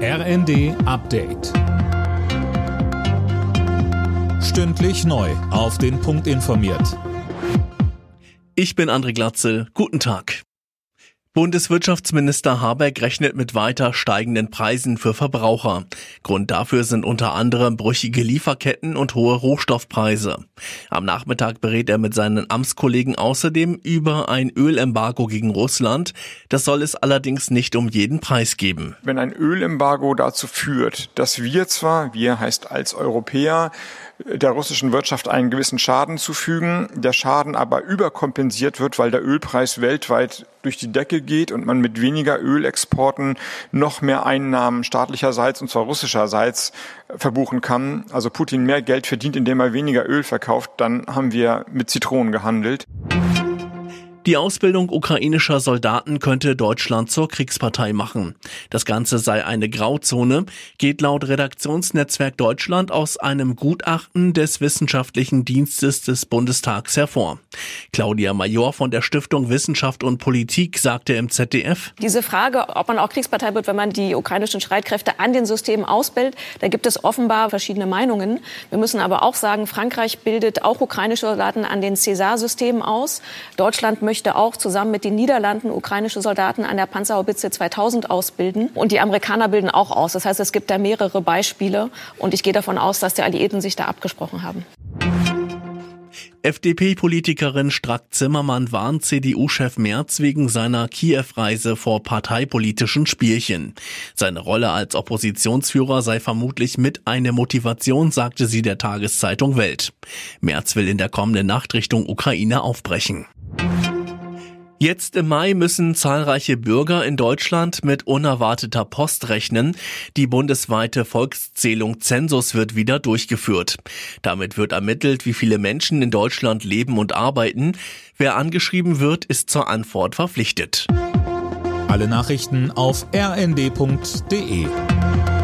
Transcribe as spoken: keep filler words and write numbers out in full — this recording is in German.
R N D Update. Stündlich neu auf den Punkt informiert. Ich bin André Glatzel. Guten Tag. Bundeswirtschaftsminister Habeck rechnet mit weiter steigenden Preisen für Verbraucher. Grund dafür sind unter anderem brüchige Lieferketten und hohe Rohstoffpreise. Am Nachmittag berät er mit seinen Amtskollegen außerdem über ein Ölembargo gegen Russland. Das soll es allerdings nicht um jeden Preis geben. Wenn ein Ölembargo dazu führt, dass wir zwar, wir heißt als Europäer, der russischen Wirtschaft einen gewissen Schaden zufügen, der Schaden aber überkompensiert wird, weil der Ölpreis weltweit durch die Decke geht und man mit weniger Ölexporten noch mehr Einnahmen staatlicherseits und zwar russischerseits verbuchen kann. Also Putin mehr Geld verdient, indem er weniger Öl verkauft, dann haben wir mit Zitronen gehandelt. Die Ausbildung ukrainischer Soldaten könnte Deutschland zur Kriegspartei machen. Das Ganze sei eine Grauzone, geht laut Redaktionsnetzwerk Deutschland aus einem Gutachten des Wissenschaftlichen Dienstes des Bundestags hervor. Claudia Major von der Stiftung Wissenschaft und Politik sagte im Z D F: Diese Frage, ob man auch Kriegspartei wird, wenn man die ukrainischen Streitkräfte an den Systemen ausbildet, da gibt es offenbar verschiedene Meinungen. Wir müssen aber auch sagen, Frankreich bildet auch ukrainische Soldaten an den Cäsar-Systemen aus. Deutschland möchte möchte auch zusammen mit den Niederlanden ukrainische Soldaten an der Panzerhaubitze zweitausend ausbilden. Und die Amerikaner bilden auch aus. Das heißt, es gibt da mehrere Beispiele. Und ich gehe davon aus, dass die Alliierten sich da abgesprochen haben. F D P-Politikerin Strack-Zimmermann warnt C D U-Chef Merz wegen seiner Kiew-Reise vor parteipolitischen Spielchen. Seine Rolle als Oppositionsführer sei vermutlich mit eine Motivation, sagte sie der Tageszeitung Welt. Merz will in der kommenden Nacht Richtung Ukraine aufbrechen. Jetzt im Mai müssen zahlreiche Bürger in Deutschland mit unerwarteter Post rechnen. Die bundesweite Volkszählung Zensus wird wieder durchgeführt. Damit wird ermittelt, wie viele Menschen in Deutschland leben und arbeiten. Wer angeschrieben wird, ist zur Antwort verpflichtet. Alle Nachrichten auf r n d punkt d e.